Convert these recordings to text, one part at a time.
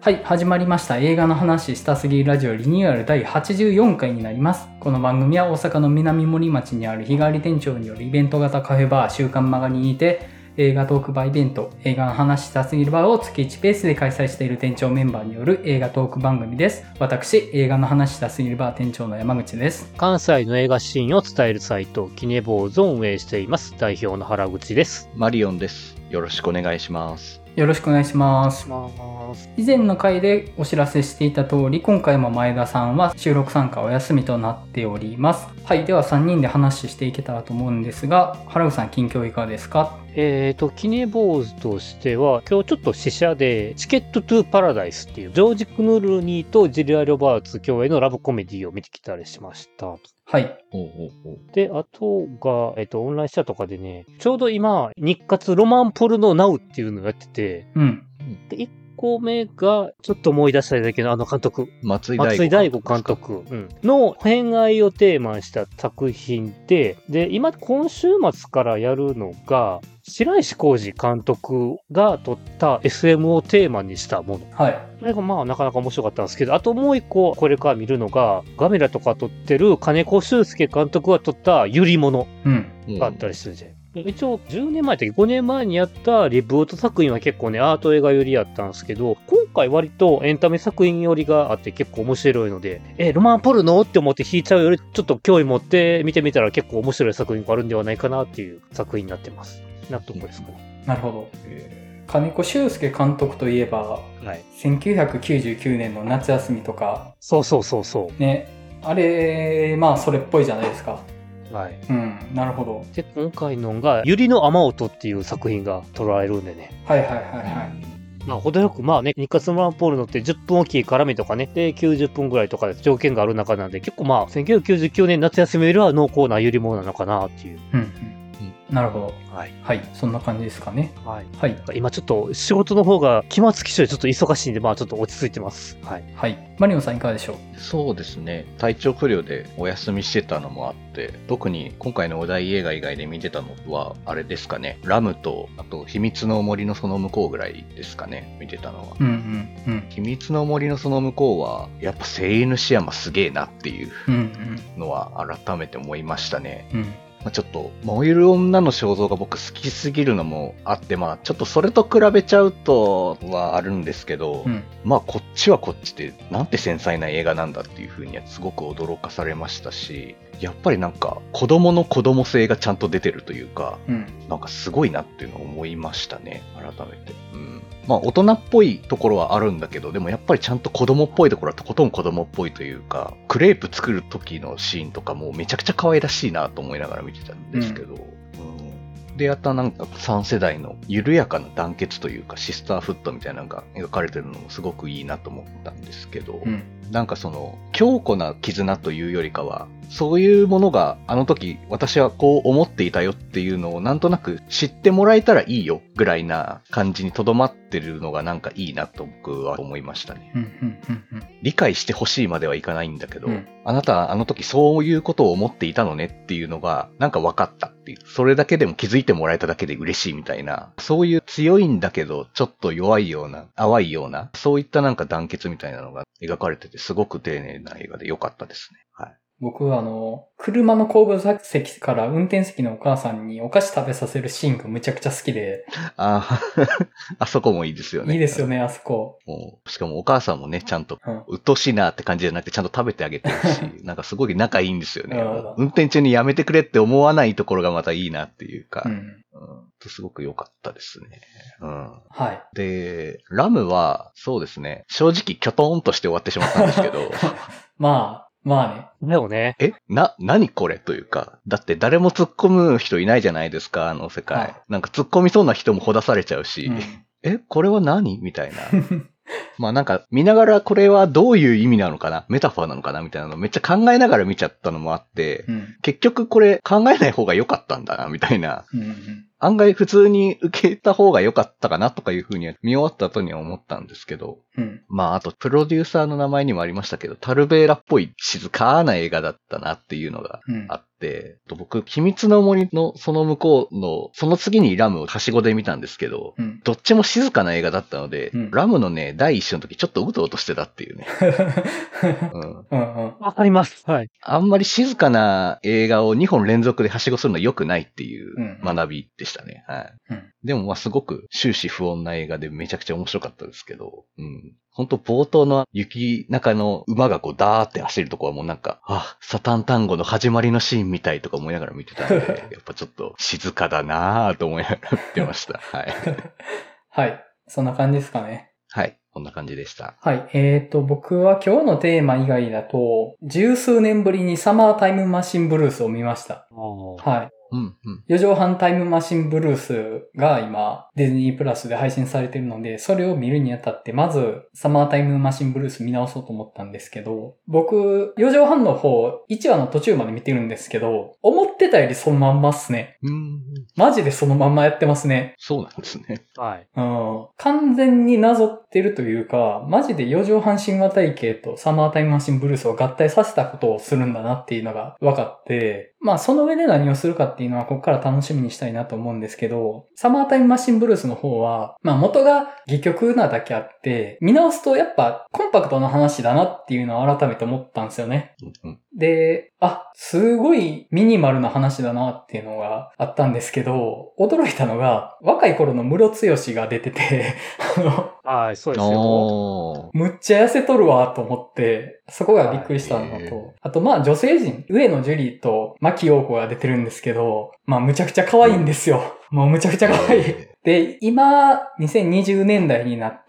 はい、始まりました。映画の話したすぎるラジオリニューアル第84回になります。この番組は大阪の南森町にある日替わり店長によるイベント型カフェバー週刊マガににて映画トークバーイベント映画の話したすぎるバーを月1ペースで開催している店長メンバーによる映画トーク番組です。私、映画の話したすぎるバー店長の山口です。 関西の映画シーンを伝えるサイトキネボーズを運営しています代表の原口です。 マリオンです。よろしくお願いします。 よろしくお願いします。以前の回でお知らせしていた通り、今回も前田さんは収録参加お休みとなっております。はい、では3人で話していけたらと思うんですが、原口さん近況いかがですか？ キネボーズとしては、今日ちょっと試写で、チケットトゥーパラダイスっていう、ジョージ・クヌルニーとジルア・ロバーツ共演のラブコメディを見てきたりしました。 はい。 で、あとが、オンラインシャとかでね、ちょうど今、日活ロマンポルノナウっていうのをやってて、で、1個目が、ちょっと思い出しただけの監督。 松井大吾監督、の偏愛をテーマにした作品で、今週末からやるのが、白石浩二監督が撮った SM をテーマにしたもの。 はい。 これがなかなか面白かったんですけど、あともう一個これから見るのが、ガメラとか撮ってる金子修介監督が撮ったゆりものがあったりするじゃん。一応10年前だっけ5年前にやったリブート作品は結構ねアート映画寄りやったんですけど、今回割とエンタメ作品寄りがあって結構面白いので、ロマンポルノって思って引いちゃうよりちょっと興味持って見てみたら結構面白い作品があるんではないかなっていう作品になってます。納得ですかね。 なるほど。金子修介監督といえば、1999年の夏休みとか。 そうね、あれそれっぽいじゃないですか。 はい。 なるほど。 で、今回のが、ゆりの雨音っていう作品が撮られるんでね。 はい。 程よく、日活ロマンポルノって10分おき絡みとかね、で、90分ぐらいとかで条件がある中なんで、結構1999年夏休みよりは濃厚なゆりものなのかなっていう。 なるほど。 はい。 はい。そんな感じですかね。 はい。今ちょっと仕事の方が期末期中ちょっと忙しいんで、ちょっと落ち着いてます。はい。 はい。マリオンさんいかがでしょう？ そうですね。体調不良でお休みしてたのもあって、特に今回のお題映画以外で見てたのは、あれですかね。ラムと、あと、秘密の森のその向こうぐらいですかね。見てたのは。秘密の森のその向こうは、やっぱ声優主山すげえなっていうのは改めて思いましたね。ちょっと、燃える女の肖像が僕好きすぎるのもあって、ちょっとそれと比べちゃうとはあるんですけど、こっちはこっちで、なんて繊細な映画なんだっていう風にはすごく驚かされましたし、やっぱり子供の子供性がちゃんと出てるというか、すごいなっていうのを思いましたね、改めて。大人っぽいところはあるんだけど、でもやっぱりちゃんと子供っぽいところはとことん子供っぽいというか、クレープ作る時のシーンとかもめちゃくちゃ可愛らしいなと思いながら見てたんですけど、で、やった3世代の緩やかな団結というかシスターフットみたいなのが描かれてるのもすごくいいなと思ったんですけど、強固な絆というよりかは、そういうものがあの時私はこう思っていたよっていうのをなんとなく知ってもらえたらいいよぐらいな感じにとどまってるのがいいなと僕は思いましたね。理解してほしいまではいかないんだけど、あなたはあの時そういうことを思っていたのねっていうのが分かったっていう。それだけでも気づいてもらえただけで嬉しいみたいな、そういう強いんだけどちょっと弱いような、淡いような、そういった団結みたいなのが描かれててすごく丁寧な映画で良かったですね。はい。 僕は車の後部座席から運転席のお母さんにお菓子食べさせるシーンがむちゃくちゃ好きで。 あそこもいいですよね。 いいですよね、あそこ。 しかもお母さんもね、ちゃんと、うっとうしいなって感じじゃなくて、ちゃんと食べてあげてるし、すごい仲いいんですよね。運転中にやめてくれって思わないところがまたいいなっていうか、すごく良かったですね。 はい。 で、ラムは、そうですね、正直キョトーンとして終わってしまったんですけど、 ね。 だよね。 何これというか、だって誰も突っ込む人いないじゃないですか、あの世界。突っ込みそうな人もほだされちゃうし、これは何みたいな。見ながらこれはどういう意味なのかな、メタファーなのかなみたいなのめっちゃ考えながら見ちゃったのもあって、結局これ考えない方が良かったんだな、みたいな。案外普通に受けた方が良かったかなとかいう風に見終わった後には思ったんですけど。あとプロデューサーの名前にもありましたけど、タルベーラっぽい静かな映画だったなっていうのがあって、 、僕、秘密の森のその向こうの、その次にラムをはしごで見たんですけど、どっちも静かな映画だったので、ラムのね、第一章の時ちょっとうとうとしてたっていうね。 わかります。はい。 あんまり静かな映画を2本連続ではしごするのは良くないっていう学びでしたね。はい。でもすごく終始不穏な映画でめちゃくちゃ面白かったですけど、本当冒頭の雪中の馬がダーって走るとこはもうなんか、サタン単語の始まりのシーンみたいとか思いながら見てたんで、やっぱちょっと静かだなぁと思いながら見てました。はい。 はい。そんな感じですかね。 はい。こんな感じでした。 はい。僕は今日のテーマ以外だと、十数年ぶりにサマータイムマシンブルースを見ました。はい。4畳半タイムマシンブルースが今ディズニープラスで配信されているので、それを見るにあたってまずサマータイムマシンブルース見直そうと思ったんですけど、僕4畳半の方1話の途中まで見てるんですけど、思ってたよりそのまんまっすね。マジでそのまんまやってますね。 そうなんですね。 はい。 完全になぞってるというか、マジで4畳半神話体系とサマータイムマシンブルースを合体させたことをするんだなっていうのが分かって、その上で何をするかっていうのはここから楽しみにしたいなと思うんですけど、サマータイムマシンブルースの方は、元が戯曲なだけあって、見直すとやっぱコンパクトな話だなっていうのを改めて思ったんですよね。で、すごいミニマルな話だなっていうのがあったんですけど、驚いたのが、若い頃のムロツヨシが出てて、 はい、そうですよ。 むっちゃ痩せとるわと思って、そこがびっくりしたのと、あと女性陣、上野樹里と牧陽子が出てるんですけど、むちゃくちゃ可愛いんですよ。もうむちゃくちゃ可愛い。で、今、2020年代になって、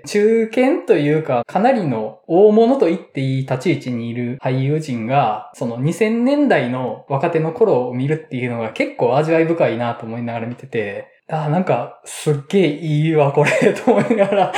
中堅というか、かなりの大物と言っていい立ち位置にいる俳優陣が、その2000年代の若手の頃を見るっていうのが結構味わい深いなと思いながら見てて、なんか、すっげえいいわ、これ、と思いながら。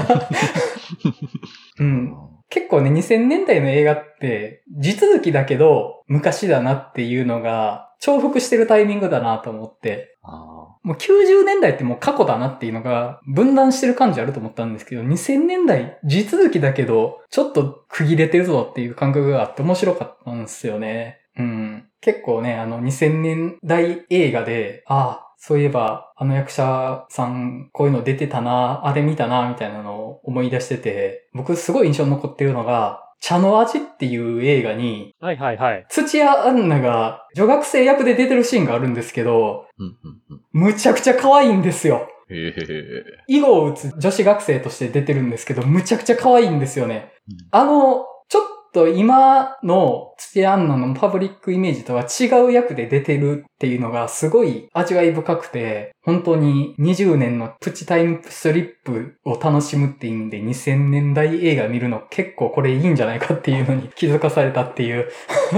結構ね、2000年代の映画って、地続きだけど、昔だなっていうのが、重複してるタイミングだなと思って、もう90年代ってもう過去だなっていうのが、分断してる感じあると思ったんですけど、2000年代、地続きだけど、ちょっと区切れてるぞっていう感覚があって面白かったんですよね。結構ね、2000年代映画で、そういえば、あの役者さん、こういうの出てたな、あれ見たな、みたいなのを思い出してて、僕すごい印象に残ってるのが、茶の味っていう映画に、土屋アンナが女学生役で出てるシーンがあるんですけど、むちゃくちゃ可愛いんですよ。囲碁を打つ女子学生として出てるんですけど、むちゃくちゃ可愛いんですよね。ちょっと今の土屋アンナのパブリックイメージとは違う役で出てるっていうのがすごい味わい深くて、本当に20年のプチタイムスリップを楽しむっていう意味で2000年代映画見るの結構これいいんじゃないかっていうのに気づかされたっていう。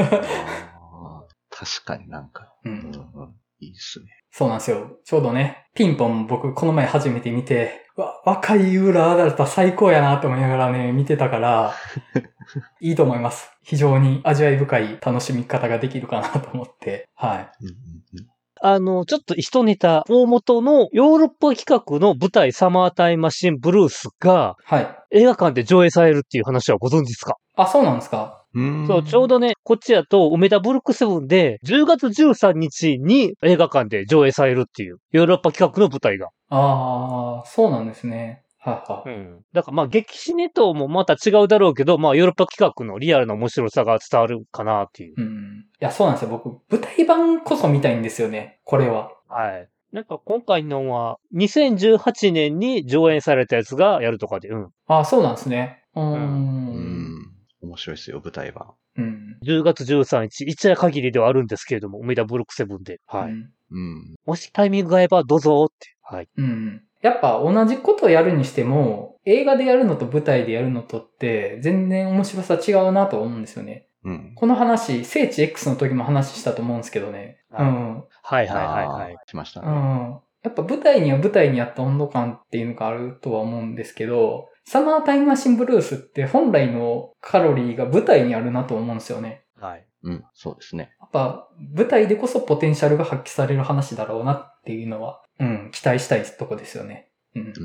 確かになんか、いいですね。 そうなんですよ。ちょうどね、ピンポン僕この前初めて見て、若い浦アダルタ最高やなと思いながらね、見てたから、いいと思います。非常に味わい深い楽しみ方ができるかなと思って、はい。 ちょっと一ネタ、大元のヨーロッパ企画の舞台サマータイムマシンブルースが、映画館で上映されるっていう話はご存知ですか？ そうなんですか？ そう、ちょうどね、こっちやと、梅田ブルックセブンで、10月13日に映画館で上映されるっていう、ヨーロッパ企画の舞台が。 そうなんですね。 だから激シネともまた違うだろうけど、ヨーロッパ企画のリアルな面白さが伝わるかなっていう。 いや、そうなんですよ。僕、舞台版こそ見たいんですよね、これは。 はい。なんか今回のは、2018年に上演されたやつがやるとかで、 そうなんですね。 面白いですよ、舞台版。 10月13日、一夜限りではあるんですけれども、梅田ブルックセブンで。もしタイミングが合えばどうぞって。 やっぱ同じことやるにしても、映画でやるのと舞台でやるのとって全然面白さ違うなと思うんですよね。この話、聖地 X の時も話したと思うんですけどね。 しましたね。 やっぱ舞台には舞台にあった温度感っていうのがあるとは思うんですけど、サマータイムマシンブルースって本来のカロリーが舞台にあるなと思うんですよね。 そうですね。 やっぱ舞台でこそポテンシャルが発揮される話だろうなっていうのは、期待したいとこですよね。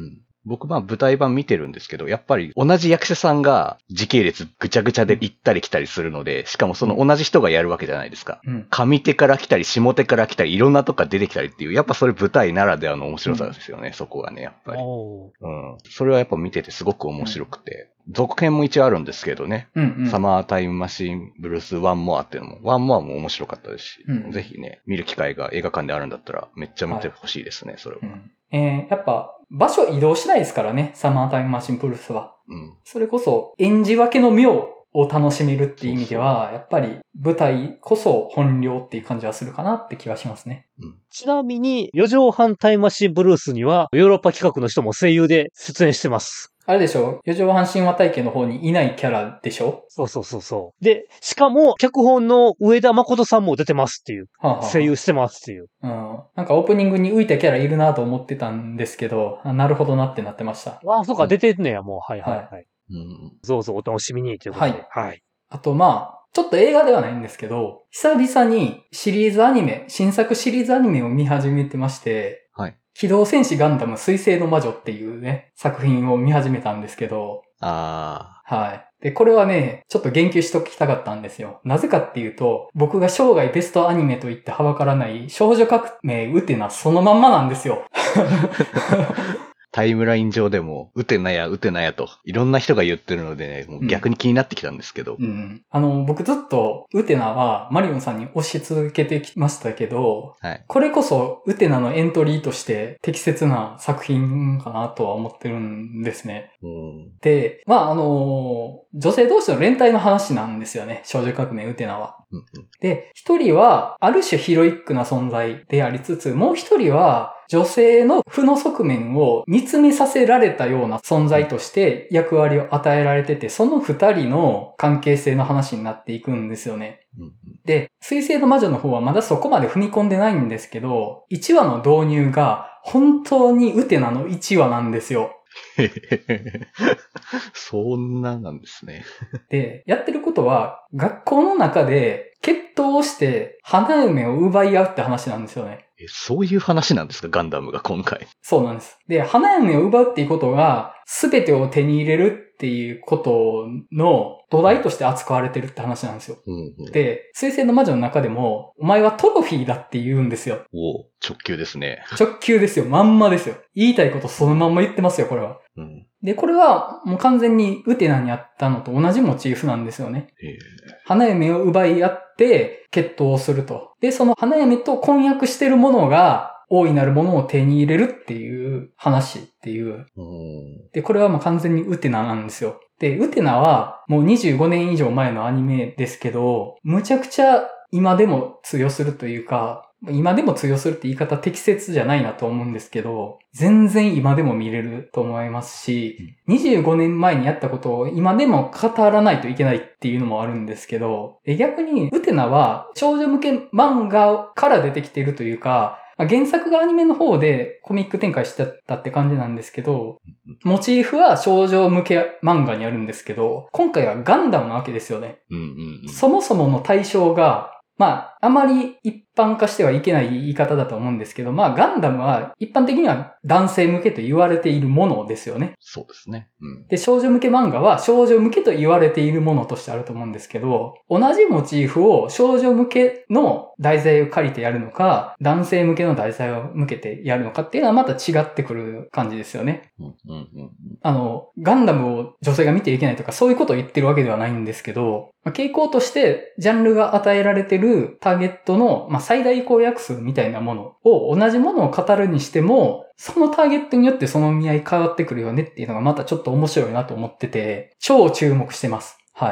僕舞台版見てるんですけど、やっぱり同じ役者さんが時系列ぐちゃぐちゃで行ったり来たりするので、しかもその同じ人がやるわけじゃないですか。上手から来たり下手から来たりいろんなとこから出てきたりっていう、やっぱそれ舞台ならではの面白さですよね、そこがね、やっぱり。それはやっぱ見ててすごく面白くて。続編も一応あるんですけどね。サマータイムマシンブルースワンモアっていうのも、ワンモアも面白かったですし、ぜひね、見る機会が映画館であるんだったらめっちゃ見てほしいですね、それは。 やっぱ場所移動しないですからね、サマータイムマシンブルースは。それこそ演じ分けの妙を楽しめるっていう意味では、やっぱり舞台こそ本領っていう感じはするかなって気がしますね。 ちなみに、4畳半タイムマシンブルースには、ヨーロッパ企画の人も声優で出演してます。 あれでしょ？四畳半神話体系の方にいないキャラでしょ？ そう。で、しかも、脚本の上田誠さんも出てますっていう。声優してますっていう。 なんかオープニングに浮いたキャラいるなと思ってたんですけど、なるほどなってなってました。 そうか、出てんねや、もう。はい。どうぞお楽しみにということで。はい。 あとちょっと映画ではないんですけど、久々に新作シリーズアニメを見始めてまして、機動戦士ガンダム水星の魔女っていうね、作品を見始めたんですけど。で、これはね、ちょっと言及しときたかったんですよ。なぜかっていうと、僕が生涯ベストアニメと言ってはばからない少女革命ウテナそのまんまなんですよ。 タイムライン上でも、ウテナやと、いろんな人が言ってるのでね、もう逆に気になってきたんですけど。 僕ずっと、ウテナはマリオンさんに推し続けてきましたけど、これこそ、ウテナのエントリーとして適切な作品かなとは思ってるんですね。で、女性同士の連帯の話なんですよね、少女革命ウテナは。で、一人は、ある種ヒロイックな存在でありつつ、もう一人は、女性の負の側面を見つめさせられたような存在として役割を与えられてて、その二人の関係性の話になっていくんですよね。で、水星の魔女の方はまだそこまで踏み込んでないんですけど、1話の導入が本当にウテナの1話なんですよ。 そんななんですね。 で、やってることは、学校の中で決闘をして花嫁を奪い合うって話なんですよね。 そういう話なんですか、ガンダムが今回。 そうなんです。で、花嫁を奪うっていうことが、全てを手に入れるっていうことの土台として扱われてるって話なんですよ。で、水星の魔女の中でも、お前はトロフィーだって言うんですよ。 直球ですね。 直球ですよ。まんまですよ。言いたいことそのまんま言ってますよ、これは。で、これはもう完全にウテナにあったのと同じモチーフなんですよね。花嫁を奪い合って決闘をすると。で、その花嫁と婚約してるものが大いなるものを手に入れるっていう話っていう。で、これはもう完全にウテナなんですよ。で、ウテナはもう25年以上前のアニメですけど、むちゃくちゃ今でも通用するというか、今でも通用するって言い方適切じゃないなと思うんですけど、全然今でも見れると思いますし、25年前にやったことを今でも語らないといけないっていうのもあるんですけど、逆にウテナは少女向け漫画から出てきているというか、原作がアニメの方でコミック展開してたって感じなんですけど、モチーフは少女向け漫画にあるんですけど、今回はガンダムなわけですよね。そもそもの対象が、あまり一般化してはいけない言い方だと思うんですけど、ガンダムは一般的には男性向けと言われているものですよね。 そうですね。 で、少女向け漫画は少女向けと言われているものとしてあると思うんですけど、同じモチーフを少女向けの題材を借りてやるのか、男性向けの題材を向けてやるのかっていうのはまた違ってくる感じですよね。ガンダムを女性が見てはいけないとかそういうことを言ってるわけではないんですけど、傾向としてジャンルが与えられているターゲットの、最大公約数みたいなものを同じものを語るにしても、そのターゲットによってその意味合い変わってくるよねっていうのがまたちょっと面白いなと思ってて、超注目してます。はい。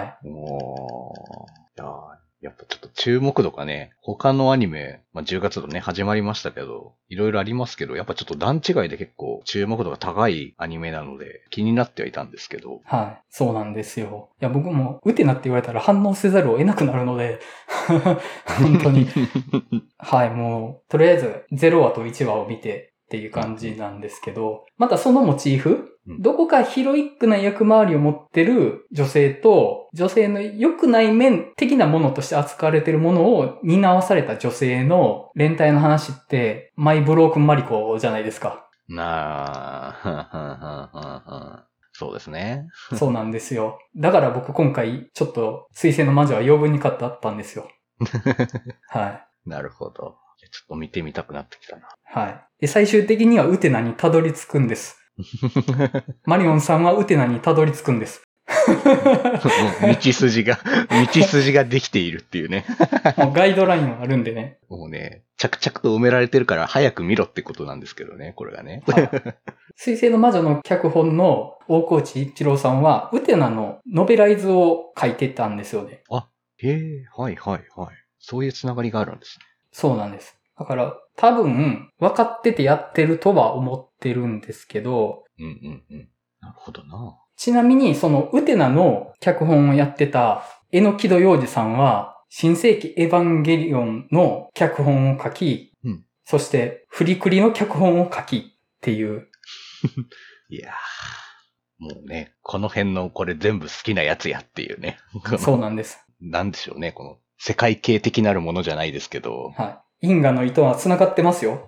やっぱちょっと注目度がね、他のアニメ、10月とね、始まりましたけど、いろいろありますけど、やっぱちょっと段違いで結構注目度が高いアニメなので、気になってはいたんですけど。 はい。そうなんですよ。いや、僕も、ウテナって言われたら反応せざるを得なくなるので、本当に。はい、もう、とりあえず、0話と1話を見て、っていう感じなんですけど、またそのモチーフ、どこかヒロイックな役回りを持ってる女性と、女性の良くない面的なものとして扱われてるものを担わされた女性の連帯の話って、マイブロークンマリコじゃないですか。 そうですね。 そうなんですよ。だから僕今回ちょっと水星の魔女は余分に買ってあったんですよ。はい。 なるほど。ちょっと見てみたくなってきたな。 はい。で、最終的にはウテナにたどり着くんです。マリオンさんはウテナにたどり着くんです。 道筋ができているっていうね。 もうガイドラインはあるんでね。 もうね、着々と埋められてるから早く見ろってことなんですけどね、これがね。 はい、水星の魔女の脚本の大河内一郎さんは、ウテナのノベライズを書いてたんですよね。 あ、へえ、はいはいはい。そういうつながりがあるんですね。 そうなんです。だから多分分かっててやってるとは思ってるんですけど。 うんうんうん。なるほどな。 ちなみにそのウテナの脚本をやってた榎木戸洋二さんは、新世紀エヴァンゲリオンの脚本を書き、そしてフリクリの脚本を書きっていう。 いやー、もうね、この辺のこれ全部好きなやつやっていうね。 そうなんです。 なんでしょうね、この世界系的なるものじゃないですけど。 はい。因果の糸は繋がってますよ。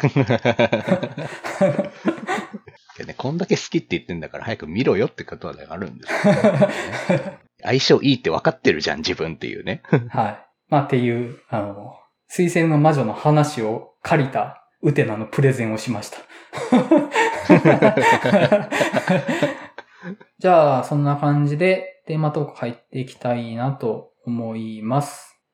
ね、こんだけ好きって言ってんだから早く見ろよってことはあるんですよ、ね。相性いいって分かってるじゃん、自分っていうね。 はい。まあっていう、水星の魔女の話を借りたウテナのプレゼンをしました。じゃあ、そんな感じでテーマトーク入っていきたいなと思います。